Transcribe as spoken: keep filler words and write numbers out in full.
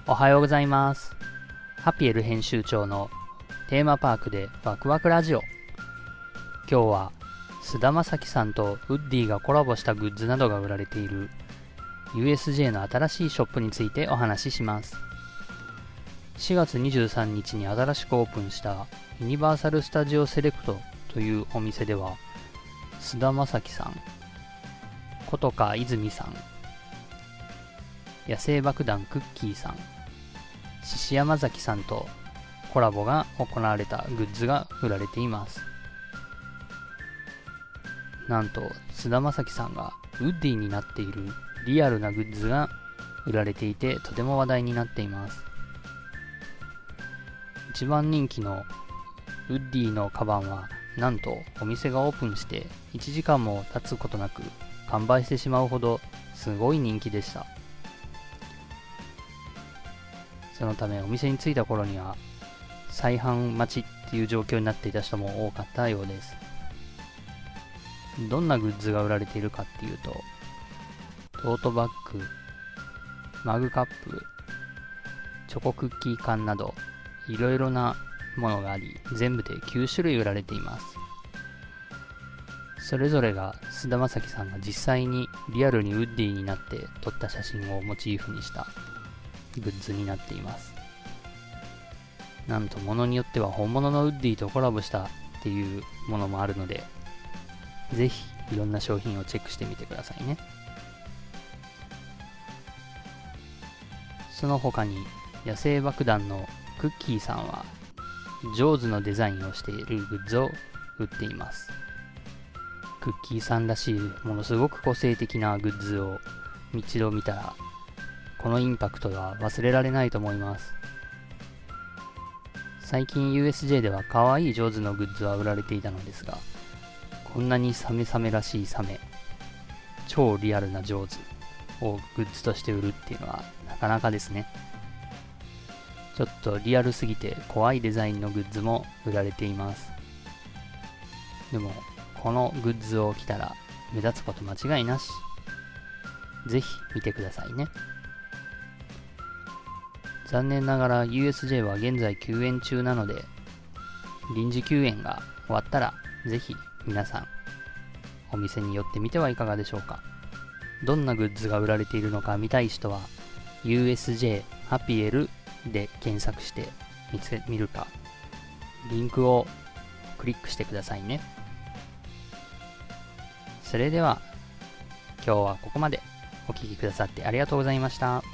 おはようございます。ハピエル編集長のテーマパークでワクワクラジオ。今日は菅田将暉さんとウッディがコラボしたグッズなどが売られている ユーエスジェー の新しいショップについてお話しします。しがつにじゅうさんにちに新しくオープンしたユニバーサル・スタジオ・セレクトというお店では、菅田将暉さん、小塚泉さん、野生爆弾クッキーさん、獅子山崎さんとコラボが行われたグッズが売られています。なんと菅田将暉さんがウッディになっているリアルなグッズが売られていて、とても話題になっています。一番人気のウッディのカバンは、なんとお店がオープンしていちじかんも経つことなく完売してしまうほどすごい人気でした。そのためお店に着いた頃には再販待ちっていう状況になっていた人も多かったようです。どんなグッズが売られているかっていうと、トートバッグ、マグカップ、チョコクッキー缶などいろいろなものがあり、全部できゅうしゅるい売られています。それぞれが菅田将暉さんが実際にリアルにウッディになって撮った写真をモチーフにしたグッズになっています。なんと物によっては本物のウッディとコラボしたっていうものもあるので、ぜひいろんな商品をチェックしてみてくださいね。その他に野生爆弾のクッキーさんはジョーズのデザインをしているグッズを売っています。クッキーさんらしいものすごく個性的なグッズを一度見たら、このインパクトは忘れられないと思います。最近 ユーエスジェー では可愛いジョーズのグッズは売られていたのですが、こんなにサメサメらしいサメ、超リアルなジョーズをグッズとして売るっていうのはなかなかですね。ちょっとリアルすぎて怖いデザインのグッズも売られています。でもこのグッズを着たら目立つこと間違いなし。ぜひ見てくださいね。残念ながら ユーエスジェー は現在休園中なので、臨時休園が終わったらぜひ皆さんお店に寄ってみてはいかがでしょうか。どんなグッズが売られているのか見たい人は ユーエスジェー ハピエルで検索して見つけ見るか、リンクをクリックしてくださいね。それでは今日はここまで。お聞きくださってありがとうございました。